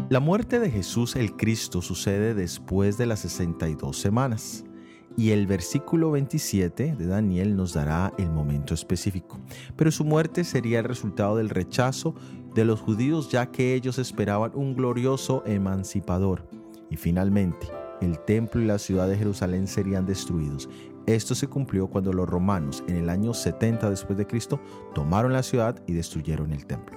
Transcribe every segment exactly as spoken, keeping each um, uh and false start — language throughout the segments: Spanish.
La muerte de Jesús el Cristo sucede después de las sesenta y dos semanas. Y el versículo veintisiete de Daniel nos dará el momento específico. Pero su muerte sería el resultado del rechazo de los judíos, ya que ellos esperaban un glorioso emancipador. Y finalmente, el templo y la ciudad de Jerusalén serían destruidos. Esto se cumplió cuando los romanos, en el año setenta después de Cristo, tomaron la ciudad y destruyeron el templo.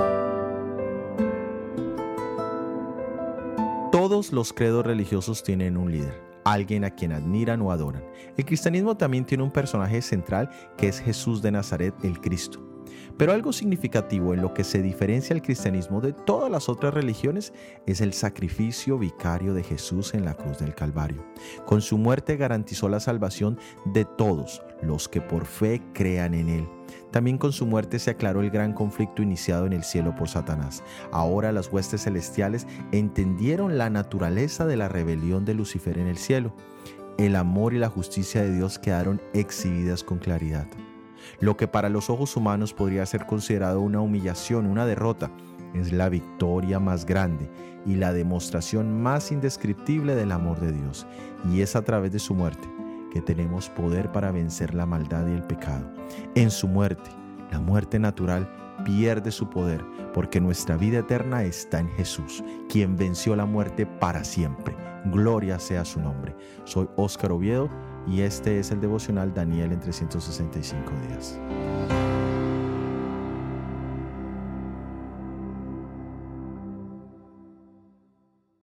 Todos los credos religiosos tienen un líder, alguien a quien admiran o adoran. El cristianismo también tiene un personaje central que es Jesús de Nazaret, el Cristo. Pero algo significativo en lo que se diferencia el cristianismo de todas las otras religiones es el sacrificio vicario de Jesús en la cruz del Calvario. Con su muerte garantizó la salvación de todos los que por fe crean en Él. También con su muerte se aclaró el gran conflicto iniciado en el cielo por Satanás. Ahora las huestes celestiales entendieron la naturaleza de la rebelión de Lucifer en el cielo. El amor y la justicia de Dios quedaron exhibidas con claridad. Lo que para los ojos humanos podría ser considerado una humillación, una derrota, es la victoria más grande y la demostración más indescriptible del amor de Dios. Y es a través de su muerte que tenemos poder para vencer la maldad y el pecado. En su muerte, la muerte natural pierde su poder, porque nuestra vida eterna está en Jesús, quien venció la muerte para siempre. Gloria sea su nombre. Soy Óscar Oviedo y este es el devocional Daniel en trescientos sesenta y cinco días.